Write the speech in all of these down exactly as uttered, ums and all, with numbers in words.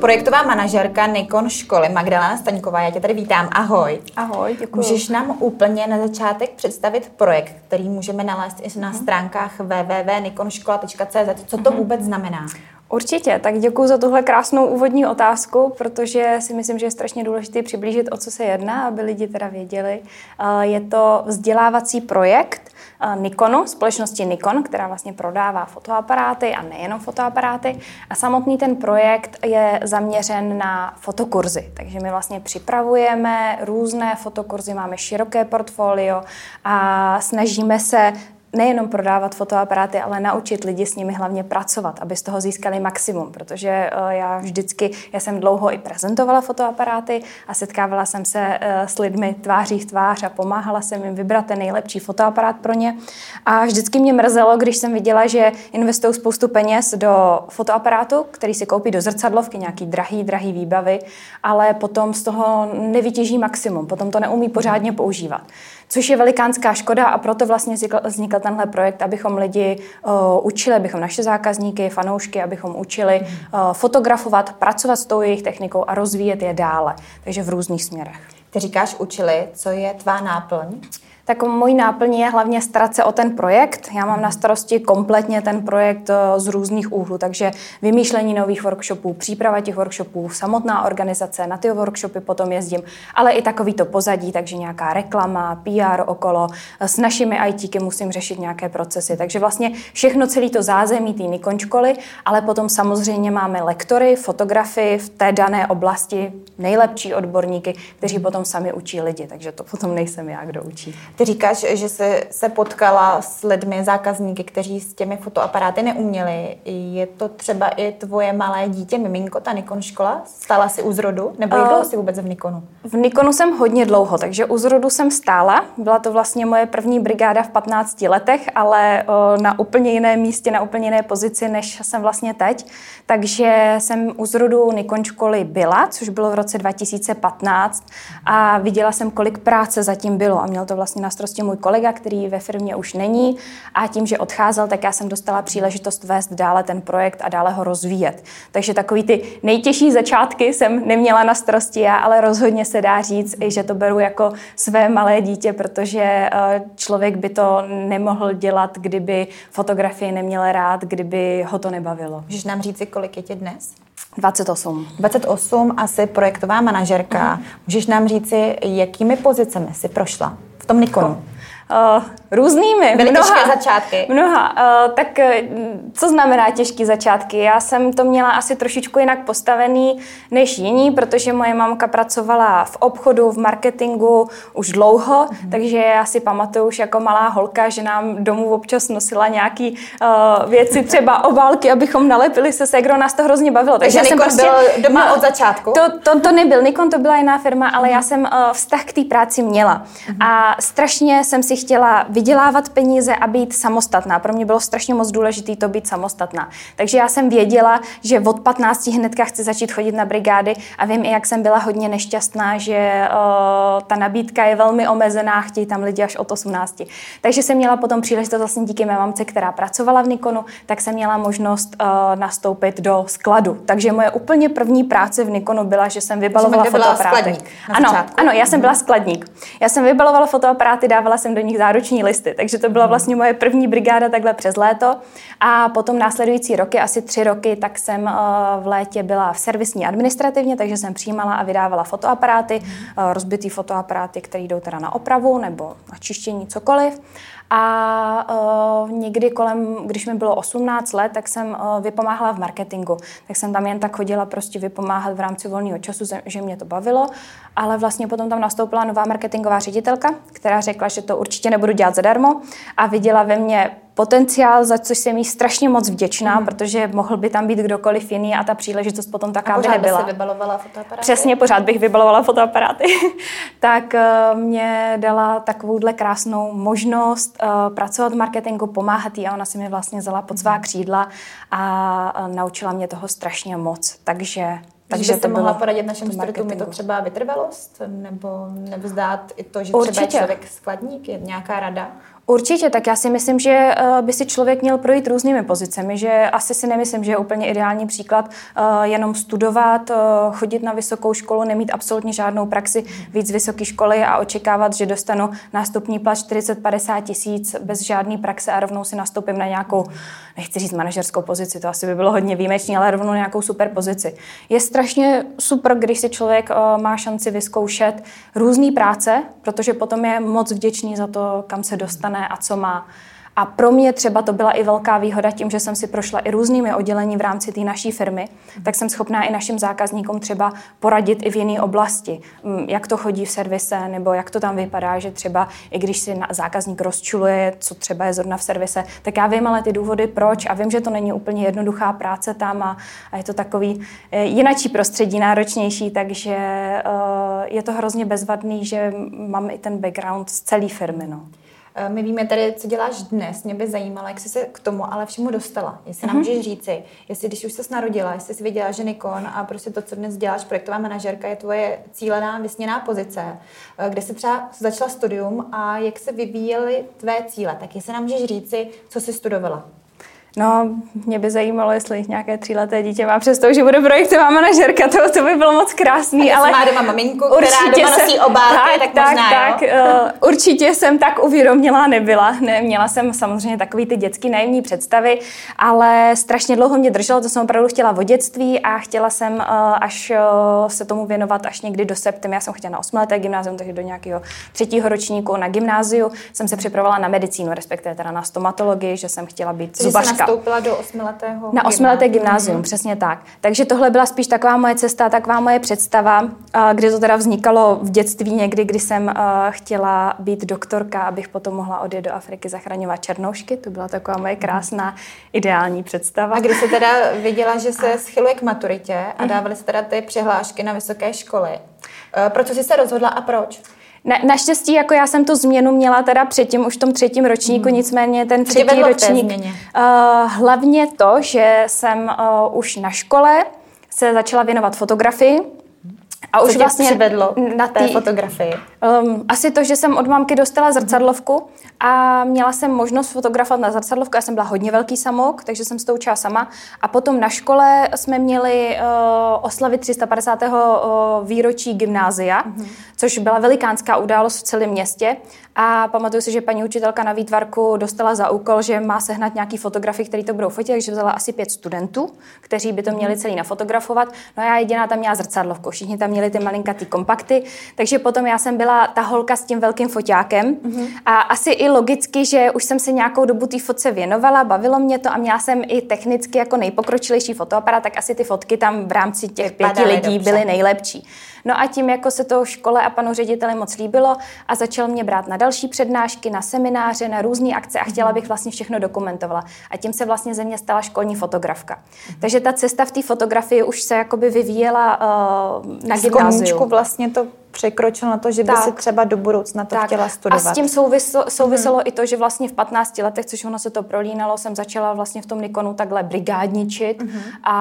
projektová manažerka Nikon školy Magdalena Staňková. Já tě tady vítám. Ahoj. Ahoj, děkuji. Můžeš nám úplně na začátek představit projekt, který můžeme nalézt i na stránkách w w w tečka nikonškola tečka c z. Co to vůbec znamená? Určitě, tak děkuji za tuhle krásnou úvodní otázku, protože si myslím, že je strašně důležité přiblížit, o co se jedná, aby lidi teda věděli. Je to vzdělávací projekt Nikonu, společnosti Nikon, která vlastně prodává fotoaparáty a nejenom fotoaparáty. A samotný ten projekt je zaměřen na fotokurzy. Takže my vlastně připravujeme různé fotokurzy, máme široké portfolio a snažíme se nejenom prodávat fotoaparáty, ale naučit lidi s nimi hlavně pracovat, aby z toho získali maximum, protože já vždycky, já jsem dlouho i prezentovala fotoaparáty a setkávala jsem se s lidmi tváří v tvář a pomáhala jsem jim vybrat ten nejlepší fotoaparát pro ně. A vždycky mě mrzelo, když jsem viděla, že investují spoustu peněz do fotoaparátu, který si koupí do zrcadlovky, nějaký drahý, drahý výbavy, ale potom z toho nevytěží maximum, potom to neumí pořádně používat. Což je velikánská škoda a proto vlastně vznikl tenhle projekt, abychom lidi uh, učili, abychom naše zákazníky, fanoušky, abychom učili uh, fotografovat, pracovat s tou jejich technikou a rozvíjet je dále. Takže v různých směrech. Ty říkáš učili, co je tvá náplň? Tak mojí náplní je hlavně starat se o ten projekt. Já mám na starosti kompletně ten projekt z různých úhlů, takže vymýšlení nových workshopů, příprava těch workshopů, samotná organizace, na ty workshopy potom jezdím, ale i takový to pozadí, takže nějaká reklama, P R okolo, s našimi ITky musím řešit nějaké procesy, takže vlastně všechno celé to zázemí té Nikon školy, ale potom samozřejmě máme lektory, fotografy v té dané oblasti, nejlepší odborníky, kteří potom sami učí lidi, takže to potom nejsem já, kdo učí. Ty říkáš, že jsi se potkala s lidmi, zákazníky, kteří s těmi fotoaparáty neuměli. Je to třeba i tvoje malé dítě, miminko, ta Nikon škola? Stála jsi u zrodu? Nebo jak dlouho jsi vůbec v Nikonu? V Nikonu jsem hodně dlouho, takže u zrodu jsem stála. Byla to vlastně moje první brigáda v patnácti letech, ale na úplně jiném místě, na úplně jiné pozici, než jsem vlastně teď. Takže jsem u zrodu Nikon školy byla, což bylo v roce dva tisíce patnáct a viděla jsem, kolik práce zatím bylo a měl to vlastně na starosti můj kolega, který ve firmě už není a tím, že odcházel, tak já jsem dostala příležitost vést dále ten projekt a dále ho rozvíjet. Takže takový ty nejtěžší začátky jsem neměla na starosti já, ale rozhodně se dá říct, že to beru jako své malé dítě, protože člověk by to nemohl dělat, kdyby fotografii neměl rád, kdyby ho to nebavilo. Můžeš nám říci, kolik je tě dnes? dvacet osm. dvacet osm, asi projektová manažerka. Uh-huh. Můžeš nám říci, jakými pozicemi jsi prošla v tom Nikonu? Uh, různými. Byly mnoha, těžké začátky. Mnoha. Uh, tak co znamená těžké začátky? Já jsem to měla asi trošičku jinak postavený než jiní, protože moje mamka pracovala v obchodu, v marketingu už dlouho, mm. takže já si pamatuju už jako malá holka, že nám domů občas nosila nějaký uh, věci, třeba obálky, abychom nalepili se Segro, nás to hrozně bavilo. Takže, takže Nikon prostě, byl doma no, od začátku? To, to, to nebyl Nikon, to byla jiná firma, ale mm. já jsem uh, vztah k té práci měla. Mm. A strašně jsem si chtěla vydělávat peníze a být samostatná. Pro mě bylo strašně moc důležité to být samostatná. Takže já jsem věděla, že od patnácti hnedka chci začít chodit na brigády a vím i, jak jsem byla hodně nešťastná, že uh, ta nabídka je velmi omezená, chtějí tam lidi až od osmnácti. Takže jsem měla potom příležitost vlastně díky mé mamce, která pracovala v Nikonu, tak jsem měla možnost uh, nastoupit do skladu. Takže moje úplně první práce v Nikonu byla, že jsem vybalovala fotoaparáty. Ano, ano, já jsem byla skladník. Já jsem vybalovala fotoaparáty, dávala jsem do nich záruční listy, takže to byla vlastně moje první brigáda takhle přes léto a potom následující roky, asi tři roky, tak jsem v létě byla v servisní administrativně, takže jsem přijímala a vydávala fotoaparáty, rozbitý fotoaparáty, které jdou teda na opravu nebo na čištění, cokoliv. A uh, někdy kolem, když mi bylo osmnáct let, tak jsem uh, vypomáhala v marketingu. Tak jsem tam jen tak chodila prostě vypomáhat v rámci volného času, že mě to bavilo. Ale vlastně potom tam nastoupila nová marketingová ředitelka, která řekla, že to určitě nebudu dělat zadarmo a viděla ve mně potenciál, za což jsem jí strašně moc vděčná, mm. protože mohl by tam být kdokoliv jiný a ta příležitost potom taká by nebyla. A pořád by si vybalovala fotoaparáty? Přesně, pořád bych vybalovala fotoaparáty. Tak uh, mě dala takovouhle krásnou možnost uh, pracovat v marketingu, pomáhat jí a ona si mi vlastně vzala pod svá křídla a uh, naučila mě toho strašně moc. Takže Takže byste mohla poradit našem studentům, je to třeba vytrvalost? Nebo nevzdát i to, že Určitě. třeba je člověk skladník? Je nějaká rada? Určitě, tak já si myslím, že by si člověk měl projít různými pozicemi, že asi si nemyslím, že je úplně ideální příklad jenom studovat, chodit na vysokou školu, nemít absolutně žádnou praxi, víc vysoké školy a očekávat, že dostanu nástupní plat čtyřicet padesát tisíc bez žádné praxe a rovnou si nastoupím na nějakou, nechci říct manažerskou pozici, to asi by bylo hodně výjimečné, ale rovnou nějakou super pozici. Je strašně super, když si člověk má šanci vyzkoušet různý práce, protože potom je moc vděčný za to, kam se dostane a co má. A pro mě třeba to byla i velká výhoda tím, že jsem si prošla i různými oddělení v rámci té naší firmy, tak jsem schopná i našim zákazníkům třeba poradit i v jiné oblasti. Jak to chodí v servise, nebo jak to tam vypadá, že třeba i když si zákazník rozčuluje, co třeba je zrovna v servise, tak já vím ale ty důvody proč a vím, že to není úplně jednoduchá práce tam a, a je to takový jinačí prostředí, náročnější, takže uh, je to hrozně bezvadný, že mám i ten background z celé firmy. No. My víme tady, co děláš dnes. Mě by zajímalo, jak jsi se k tomu ale všemu dostala. Jestli nám Mm-hmm. můžeš říci, jestli když už ses narodila, jestli jsi věděla, že Nikon a prostě to, co dnes děláš, projektová manažerka, je tvoje cílená, vysněná pozice, kde jsi třeba začala studium a jak se vyvíjely tvé cíle. Tak jestli nám můžeš říci, co jsi studovala. No, mě by zajímalo, jestli nějaké tříleté dítě má představu, že bude projektová manažerka, to, to by bylo moc krásný, ale má doma maminku, která doma nosí obálky, tak, tak možná, tak, jo? uh, určitě jsem tak uvědomělá nebyla. Ne, měla jsem samozřejmě takový ty dětský naivní představy, ale strašně dlouho mě drželo, to jsem opravdu chtěla od dětství a chtěla jsem uh, až uh, se tomu věnovat až někdy do septembra. Já jsem chtěla na osmileté gymnázium, takže do nějakého třetího ročníku na gymnáziu jsem se připravovala na medicínu, respektive teda na stomatologii, že jsem chtěla být zubařka. Vstoupila do osmiletého Na osmileté gymnázium, gymnázium, přesně tak. Takže tohle byla spíš taková moje cesta, taková moje představa, kde to teda vznikalo v dětství někdy, kdy jsem chtěla být doktorka, abych potom mohla odjet do Afriky zachraňovat černoušky. To byla taková moje krásná ideální představa. A když jsi teda viděla, že se schyluje k maturitě a dávaly se teda ty přihlášky na vysoké školy, proč jsi se rozhodla a proč? Na, naštěstí, jako já jsem tu změnu měla teda předtím, už v tom třetím ročníku, hmm. nicméně ten třetí ročník, uh, hlavně to, že jsem uh, už na škole se začala věnovat fotografii. A co už tě vlastně přivedlo na té fotografii? Um, asi to, že jsem od mamky dostala zrcadlovku a měla jsem možnost fotografovat na zrcadlovku. Já jsem byla hodně velký samouk, takže jsem se to učila sama. A potom na škole jsme měli uh, oslavy tři sta padesátého Uh, výročí gymnázia, mm-hmm. což byla velikánská událost v celém městě. A pamatuju si, že paní učitelka na výtvarku dostala za úkol, že má sehnat nějaký fotografy, který to budou fotit, takže vzala asi pět studentů, kteří by to měli celý nafotografovat. No a já jediná tam měla zrcadlovku, všichni tam měli ty malinkatý kompakty, takže potom já jsem byla ta holka s tím velkým foťákem mm-hmm. a asi i logicky, že už jsem se nějakou dobu té fotce věnovala, bavilo mě to a měla jsem i technicky jako nejpokročilejší fotoaparát, tak asi ty fotky tam v rámci těch pěti lidí dobře. byly nejlepší. No a tím, jako se to škole a panu řediteli moc líbilo a začal mě brát na další přednášky, na semináře, na různé akce a chtěla bych vlastně všechno dokumentovala. A tím se vlastně ze mě stala školní fotografka. Mm-hmm. Takže ta cesta v té fotografii už se jakoby vyvíjela uh, na gymnáziu. vlastně to překročilo na to, že by tak. si třeba do budoucna to tak. chtěla studovat. A s tím souvislo, souviselo hmm. i to, že vlastně v patnácti letech, což ono se to prolínalo, jsem začala vlastně v tom Nikonu takhle brigádničit hmm.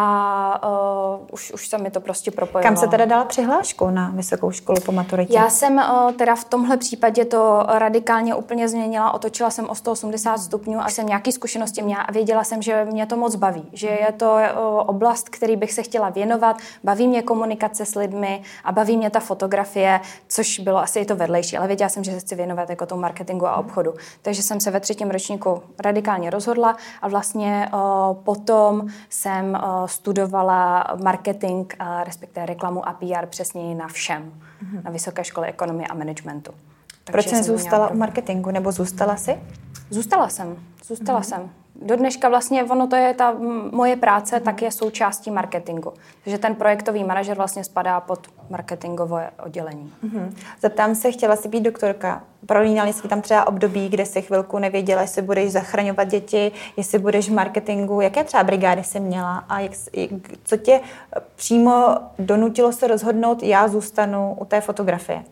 a uh, už, už se mi to prostě propojilo. Kam se teda dala přihlášku na vysokou školu po maturitě? Já jsem uh, teda v tomhle případě to radikálně úplně změnila, otočila jsem o sto osmdesát stupňů a jsem nějaký zkušenosti měla a věděla jsem, že mě to moc baví, že je to uh, oblast, který bych se chtěla věnovat, baví mě komunikace s lidmi a baví mě ta fotografie, což bylo asi i to vedlejší, ale věděla jsem, že se chci věnovat jako tomu marketingu a obchodu. Takže jsem se ve třetím ročníku radikálně rozhodla a vlastně uh, potom jsem uh, studovala marketing, uh, respektive reklamu a P R přesněji na všem, mm-hmm. na Vysoké škole ekonomie a managementu. Proč jsi zůstala u marketingu, nebo zůstala jsi? Zůstala jsem, zůstala mm-hmm. jsem. Do dneška vlastně, ono to je ta moje práce, mm. tak je součástí marketingu. Takže ten projektový manažer vlastně spadá pod marketingové oddělení. Mm. Zeptám se, chtěla jsi být doktorka. Prolínali jsi tam třeba období, kde jsi chvilku nevěděla, jestli budeš zachraňovat děti, jestli budeš v marketingu. Jaké třeba brigády jsi měla a jak, co tě přímo donutilo se rozhodnout, já zůstanu u té fotografie?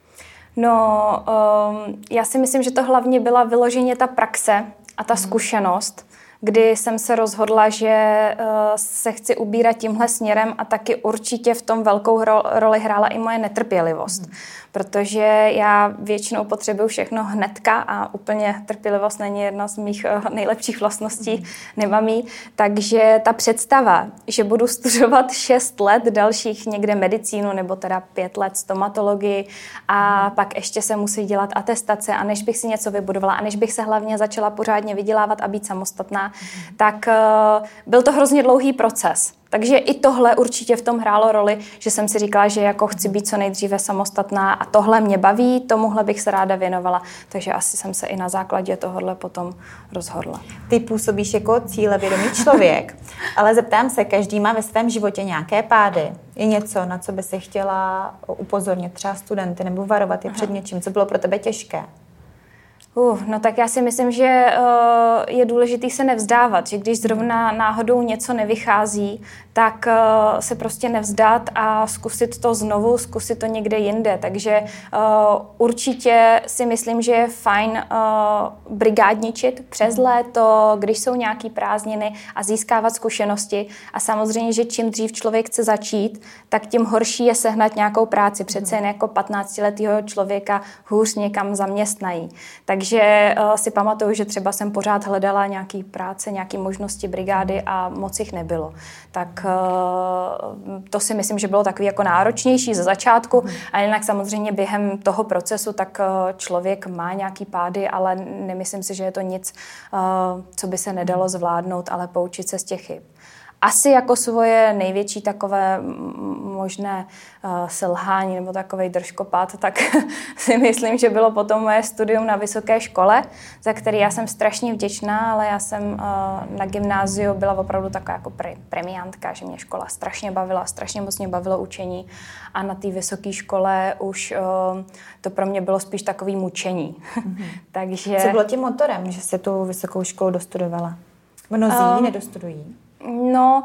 No, um, já si myslím, že to hlavně byla vyloženě ta praxe a ta zkušenost, kdy jsem se rozhodla, že uh, se chci ubírat tímhle směrem a taky určitě v tom velkou ro- roli hrála i moje netrpělivost. Mm. Protože já většinou potřebuju všechno hnedka a úplně trpělivost není jedna z mých uh, nejlepších vlastností, mm. nemám jí. Takže ta představa, že budu studovat šest let dalších někde medicínu nebo teda pět let stomatologii a mm. pak ještě se musí dělat atestace a než bych si něco vybudovala a než bych se hlavně začala pořádně vydělávat a být samostatná, mm. tak uh, byl to hrozně dlouhý proces. Takže i tohle určitě v tom hrálo roli, že jsem si říkala, že jako chci být co nejdříve samostatná a tohle mě baví, tomuhle bych se ráda věnovala. Takže asi jsem se i na základě tohohle potom rozhodla. Ty působíš jako cílevědomý člověk, ale zeptám se, každý má ve svém životě nějaké pády. Je něco, na co by si chtěla upozornit třeba studenty nebo varovat je před něčím, co bylo pro tebe těžké? Uh, no tak já si myslím, že uh, je důležité se nevzdávat, že když zrovna náhodou něco nevychází, tak uh, se prostě nevzdat a zkusit to znovu, zkusit to někde jinde. Takže uh, určitě si myslím, že je fajn uh, brigádničit přes léto, když jsou nějaký prázdniny a získávat zkušenosti. A samozřejmě, že čím dřív člověk chce začít, tak tím horší je sehnat nějakou práci. Přece jen jako patnáctiletého člověka hůř někam zaměstnají. Takže Takže uh, si pamatuju, že třeba jsem pořád hledala nějaký práce, nějaké možnosti brigády a moc jich nebylo. Tak uh, to si myslím, že bylo takový jako náročnější ze začátku, mm. a jinak samozřejmě během toho procesu tak uh, člověk má nějaký pády, ale nemyslím si, že je to nic, uh, co by se nedalo zvládnout, ale poučit se z těch chyb. Asi jako svoje největší takové možné uh, selhání nebo takovej držkopad, tak si myslím, že bylo potom moje studium na vysoké škole, za který já jsem strašně vděčná, ale já jsem uh, na gymnáziu byla opravdu taková jako pre, premiantka, že mě škola strašně bavila, strašně moc mě bavilo učení a na té vysoké škole už uh, to pro mě bylo spíš takový mučení. Mm-hmm. Takže... Co bylo tím motorem, že jsi tu vysokou školu dostudovala? Mnozí uh, nedostudují. No,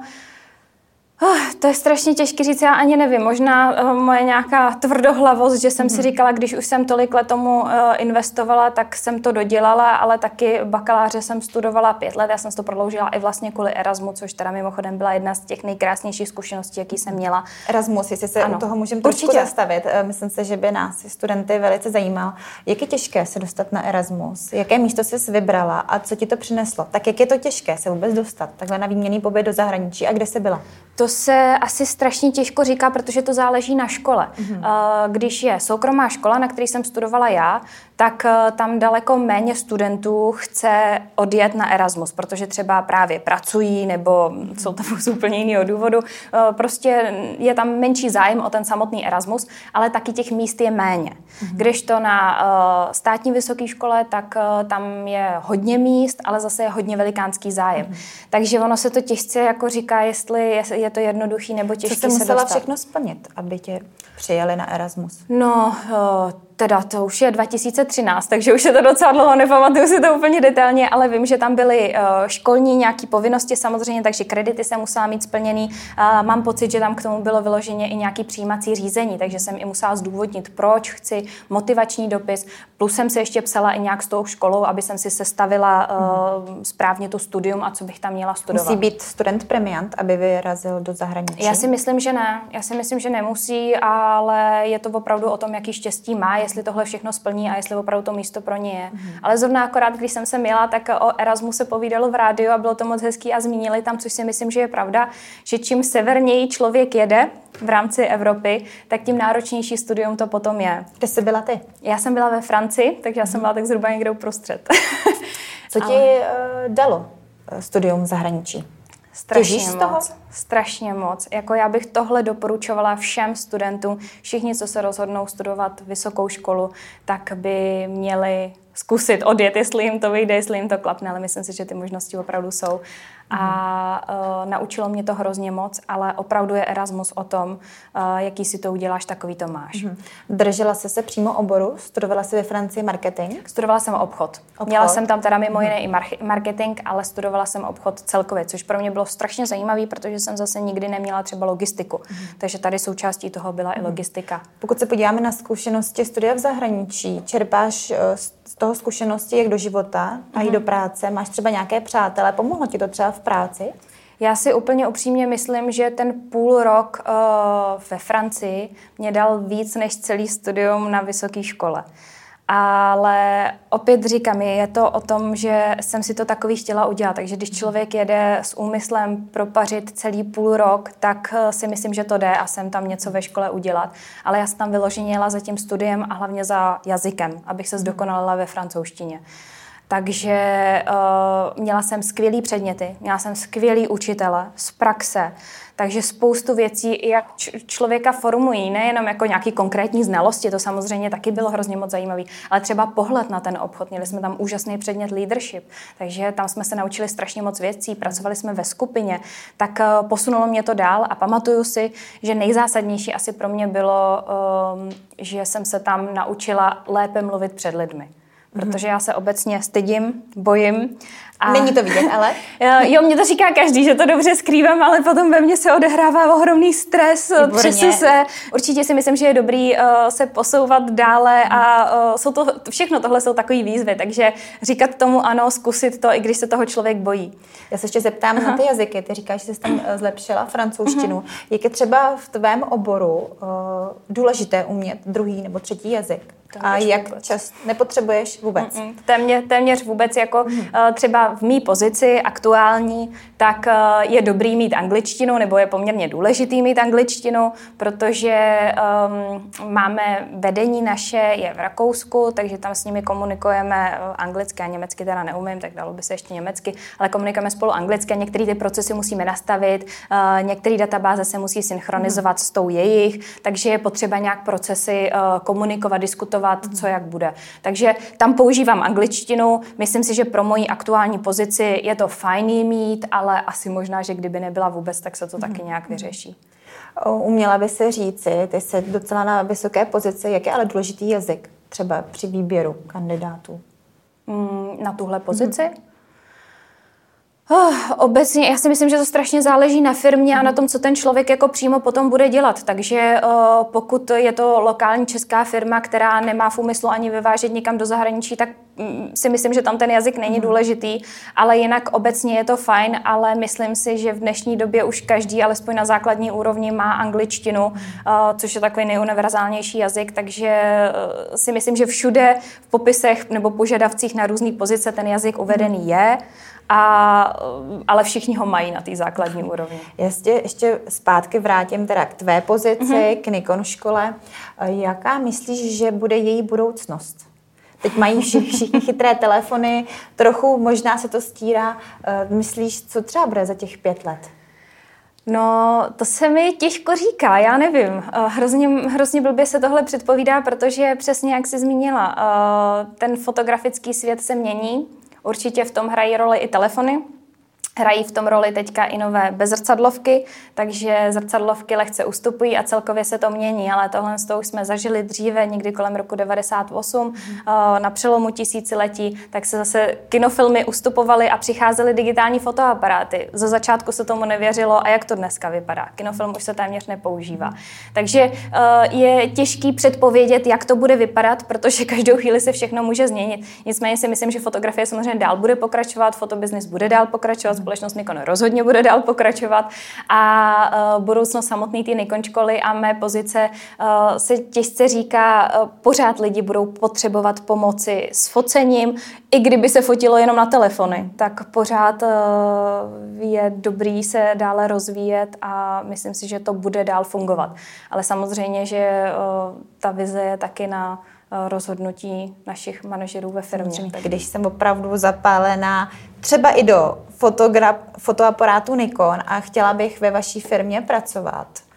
oh, to je strašně těžké říct, já ani nevím. Možná uh, moje nějaká tvrdohlavost, že jsem mm. si říkala, když už jsem tolik let tomu uh, investovala, tak jsem to dodělala, ale taky bakaláře jsem studovala pět let. Já jsem to prodloužila i vlastně kvůli Erasmu, což teda mimochodem byla jedna z těch nejkrásnějších zkušeností, jaký jsem měla. Erasmus, jestli se ano. u toho můžeme trošku zastavit. Myslím si, že by nás studenty velice zajímal. Jak je těžké se dostat na Erasmus? Jaké místo jsi vybrala a co ti to přineslo? Tak jak je to těžké se vůbec dostat takhle na výměnný pobyt do zahraničí a kde jsi byla? To se asi strašně těžko říká, protože to záleží na škole. Mm-hmm. Když je soukromá škola, na které jsem studovala já, tak tam daleko méně studentů chce odjet na Erasmus, protože třeba právě pracují nebo jsou tam z úplně jiného důvodu. Prostě je tam menší zájem o ten samotný Erasmus, ale taky těch míst je méně. Mm-hmm. Když to na státní vysoké škole, tak tam je hodně míst, ale zase je hodně velikánský zájem. Mm-hmm. Takže ono se to těžce jako říká, jestli je to jednoduchý nebo těžký se dostat. Co jsi musela všechno splnit, aby tě přijali na Erasmus? No, teda to už je dva tisíce třináct, takže už je to docela dlouho, nepamatuju si to úplně detailně, ale vím, že tam byly školní nějaké povinnosti samozřejmě, takže kredity jsem musela mít splněný. Mám pocit, že tam k tomu bylo vyloženě i nějaký přijímací řízení, takže jsem i musela zdůvodnit, proč chci, motivační dopis, plus jsem se ještě psala i nějak s tou školou, aby jsem si sestavila hmm. správně to studium a co bych tam měla studovat. Musí být student premiant, aby vyrazil do zahraničí? Já si myslím, že ne. Já si myslím, že nemusí, ale je to opravdu o tom, jaký štěstí má, jestli tohle všechno splní a jestli opravdu to místo pro ně je. Mm. Ale zrovna akorát, když jsem se měla, tak o Erasmu se povídalo v rádiu a bylo to moc hezký a zmínili tam, což si myslím, že je pravda, že čím severněji člověk jede v rámci Evropy, tak tím náročnější studium to potom je. Kde jsi byla ty? Já jsem byla ve Francii, takže já jsem byla tak zhruba někde uprostřed. Co ti Ale... uh, dalo studium v zahraničí? Strašně moc, strašně moc. Jako já bych tohle doporučovala všem studentům. Všichni, co se rozhodnou studovat vysokou školu, tak by měli zkusit odjet, jestli jim to vyjde, jestli jim to klapne, ale myslím si, že ty možnosti opravdu jsou. a uh, naučilo mě to hrozně moc, ale opravdu je Erasmus o tom, uh, jaký si to uděláš, takový to máš. Mm-hmm. Držela jsi se přímo oboru? Studovala jsi ve Francii marketing? Studovala jsem obchod. obchod. Měla jsem tam teda mimo jiné mm-hmm. i marketing, ale studovala jsem obchod celkově, což pro mě bylo strašně zajímavé, protože jsem zase nikdy neměla třeba logistiku. Mm-hmm. Takže tady součástí toho byla mm-hmm. i logistika. Pokud se podíváme na zkušenosti studia v zahraničí, čerpáš z toho zkušenosti jak do života a mm-hmm. i do práce? Máš třeba nějaké přátele? Pomohlo ti to třeba v práci? Já si úplně upřímně myslím, že ten půl rok uh, ve Francii mě dal víc než celý studium na vysoké škole. Ale opět říkám, je to o tom, že jsem si to takový chtěla udělat. Takže když člověk jede s úmyslem propařit celý půl rok, tak si myslím, že to jde a jsem tam něco ve škole udělat. Ale já jsem tam vyloženě jela za tím studiem a hlavně za jazykem, abych se zdokonalila ve francouzštině. Takže uh, měla jsem skvělý předměty, měla jsem skvělý učitele z praxe, takže spoustu věcí, jak č- člověka formují, nejenom jako nějaký konkrétní znalosti, to samozřejmě taky bylo hrozně moc zajímavý, ale třeba pohled na ten obchod. Měli jsme tam úžasný předmět leadership, takže tam jsme se naučili strašně moc věcí, pracovali jsme ve skupině, tak uh, posunulo mě to dál a pamatuju si, že nejzásadnější asi pro mě bylo, um, že jsem se tam naučila lépe mluvit před lidmi. Protože já se obecně stydím, bojím. A... Není to vidět, ale? Jo, mě to říká každý, že to dobře skrývám, ale potom ve mně se odehrává ohromný stres, třesu se. Určitě si myslím, že je dobrý uh, se posouvat dále a uh, jsou to, všechno tohle jsou takový výzvy, takže říkat tomu ano, zkusit to, i když se toho člověk bojí. Já se ještě zeptám Aha. na ty jazyky. Ty říkáš, že jsi tam zlepšila francouzštinu. Aha. Jak je třeba v tvém oboru uh, důležité umět druhý nebo třetí jazyk? A jak vůbec. čas nepotřebuješ vůbec? Mm-mm. Téměř, téměř vůbec, jako mm. uh, třeba v mý pozici aktuální, tak uh, je dobrý mít angličtinu, nebo je poměrně důležitý mít angličtinu, protože um, máme vedení naše, je v Rakousku, takže tam s nimi komunikujeme anglicky a německy teda neumím, tak dalo by se ještě německy, ale komunikujeme spolu anglicky, některé ty procesy musíme nastavit, uh, některé databáze se musí synchronizovat mm. s tou jejich, takže je potřeba nějak procesy uh, komunikovat, diskutovat, co jak bude. Takže tam používám angličtinu. Myslím si, že pro moji aktuální pozici je to fajný mít, ale asi možná, že kdyby nebyla vůbec, tak se to taky nějak vyřeší. Uměla by se říci, ty jsi docela na vysoké pozici, jak je ale důležitý jazyk třeba při výběru kandidátů? Na tuhle pozici? Mm-hmm. Oh, obecně, já si myslím, že to strašně záleží na firmě a na tom, co ten člověk jako přímo potom bude dělat. Takže uh, pokud je to lokální česká firma, která nemá v úmyslu ani vyvážet někam do zahraničí, tak um, si myslím, že tam ten jazyk není mm. důležitý, ale jinak obecně je to fajn, ale myslím si, že v dnešní době už každý, alespoň na základní úrovni, má angličtinu, uh, což je takový nejuniverzálnější jazyk, takže uh, si myslím, že všude v popisech nebo požadavcích na různé pozice ten jazyk uvedený je. A, ale všichni ho mají na té základní úrovni. Já ještě, ještě zpátky vrátím teda k tvé pozici, mm-hmm. k Nikon škole. Jaká myslíš, že bude její budoucnost? Teď mají všichni chytré telefony, trochu možná se to stírá. Myslíš, co třeba bude za těch pět let? No, to se mi těžko říká, já nevím. Hrozně, hrozně blbě se tohle předpovídá, protože přesně jak jsi zmínila, ten fotografický svět se mění. Určitě v tom hrají roli i telefony. Hrají v tom roli teďka i nové bezzrcadlovky, takže zrcadlovky lehce ustupují a celkově se to mění, ale tohle s tou už jsme zažili dříve, někdy kolem roku devadesát osm, mm. na přelomu tisíciletí, tak se zase kinofilmy ustupovaly a přicházely digitální fotoaparáty. Ze začátku se tomu nevěřilo a jak to dneska vypadá. Kinofilm už se téměř nepoužívá. Mm. Takže je těžký předpovědět, jak to bude vypadat, protože každou chvíli se všechno může změnit. Nicméně si myslím, že fotografie samozřejmě dál bude pokračovat, fotobiznis bude dál pokračovat, společnost Nikon rozhodně bude dál pokračovat a uh, budoucnost samotný té Nikon školy a mé pozice uh, se těžce říká, uh, pořád lidi budou potřebovat pomoci s focením, i kdyby se fotilo jenom na telefony, tak pořád uh, je dobrý se dále rozvíjet a myslím si, že to bude dál fungovat. Ale samozřejmě, že uh, ta vize je taky na rozhodnutí našich manažerů ve firmě. Když jsem opravdu zapálená třeba i do fotogra- fotoaparátu Nikon a chtěla bych ve vaší firmě pracovat,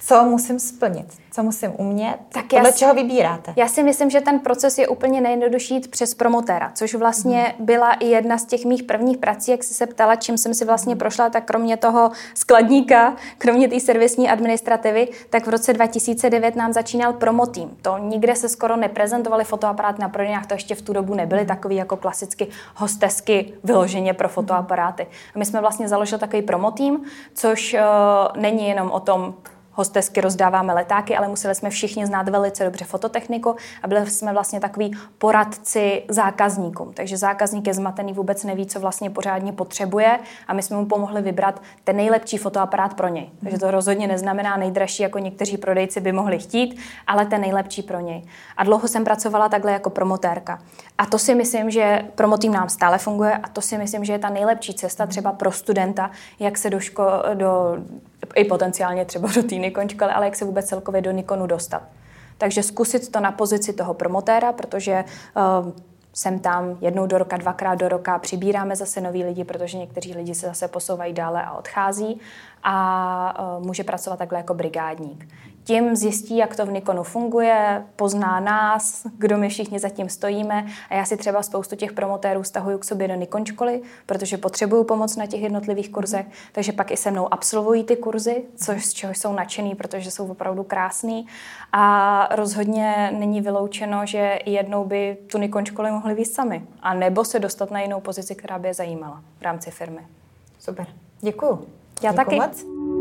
Co musím splnit? Co musím umět? Tak Podle já, čeho vybíráte? Já si myslím, že ten proces je úplně nejjednodušší jít přes promotéra, což vlastně hmm. byla i jedna z těch mých prvních prací, jak jsi se ptala, čím jsem si vlastně hmm. prošla, tak kromě toho skladníka, kromě té servisní administrativy, tak v roce dva tisíce devět nám začínal promotým. To nikde se skoro neprezentovali fotoaparáty na prodejnách, to ještě v tu dobu nebyly takový jako klasicky hostesky vyloženě pro fotoaparáty. A my jsme vlastně založili takový promotým, což uh, není jenom o tom, hostesky rozdáváme letáky, ale museli jsme všichni znát velice dobře fototechniku a byli jsme vlastně takový poradci zákazníkům. Takže zákazník je zmatený, vůbec neví, co vlastně pořádně potřebuje a my jsme mu pomohli vybrat ten nejlepší fotoaparát pro něj. Takže to rozhodně neznamená nejdražší, jako někteří prodejci by mohli chtít, ale ten nejlepší pro něj. A dlouho jsem pracovala takhle jako promotérka. A to si myslím, že promotým nám stále funguje a to si myslím, že je ta nejlepší cesta třeba pro studenta, jak se do ško- do i potenciálně třeba do té Nikon školy, ale jak se vůbec celkově do Nikonu dostat. Takže zkusit to na pozici toho promotéra, protože uh, jsem tam jednou do roka, dvakrát do roka, přibíráme zase nový lidi, protože někteří lidi se zase posouvají dále a odchází a uh, může pracovat takhle jako brigádník. Tím zjistí, jak to v Nikonu funguje, pozná nás, kdo my všichni zatím stojíme a já si třeba spoustu těch promotérů stahuju k sobě do Nikon školy, protože potřebuju pomoc na těch jednotlivých kurzech, takže pak i se mnou absolvují ty kurzy, což z čeho jsou nadšený, protože jsou opravdu krásný a rozhodně není vyloučeno, že jednou by tu Nikon školy mohli víc sami a nebo se dostat na jinou pozici, která by je zajímala v rámci firmy. Super, děkuju. Já Děkuju taky. moc.